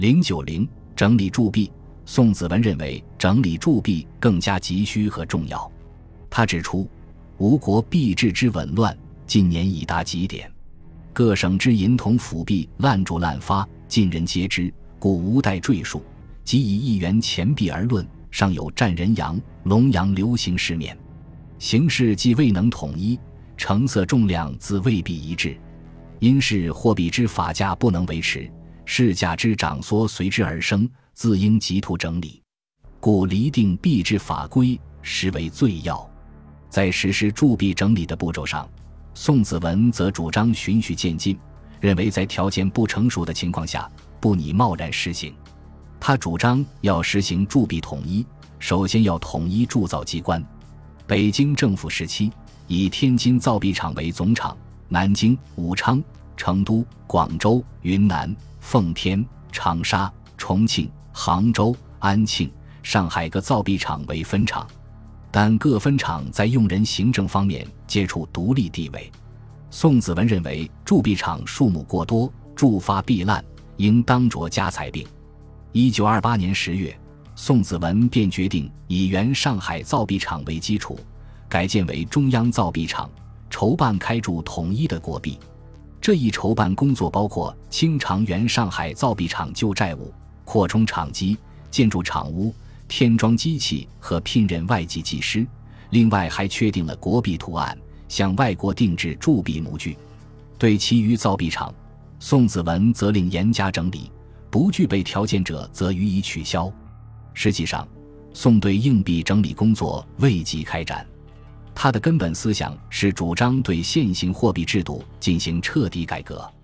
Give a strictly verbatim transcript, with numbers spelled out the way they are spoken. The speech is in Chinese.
零九零整理铸币。宋子文认为整理铸币更加急需和重要。他指出，吴国币制之紊乱，近年已达极点，各省之银铜辅币滥铸滥发，尽人皆知，故无待赘述。即以一元钱币而论，尚有占人羊、龙羊流行市面，形式既未能统一，成色重量自未必一致，因是货币之法价不能维持，市价之涨缩随之而生，自应急图整理，故厘定币制法规实为最要。在实施铸币整理的步骤上，宋子文则主张循序渐进，认为在条件不成熟的情况下不拟贸然施行。他主张要实行铸币统一，首先要统一铸造机关。北京政府时期以天津造币厂为总厂，南京、武昌、成都、广州、云南、奉天、长沙、重庆、杭州、安庆、上海各造币厂为分厂，但各分厂在用人行政方面皆处独立地位。宋子文认为铸币厂数目过多，铸发币滥，应当着加裁并。一九二八年十月，宋子文便决定以原上海造币厂为基础，改建为中央造币厂，筹办开铸统一的国币。这一筹办工作包括清偿原上海造币厂旧债务，扩充厂基，建筑厂屋，添装机器和聘任外籍技师。另外还确定了国币图案，向外国定制铸币模具。对其余造币厂，宋子文责令严加整理，不具备条件者则予以取消。实际上，宋对硬币整理工作未及开展，他的根本思想是主张对现行货币制度进行彻底改革。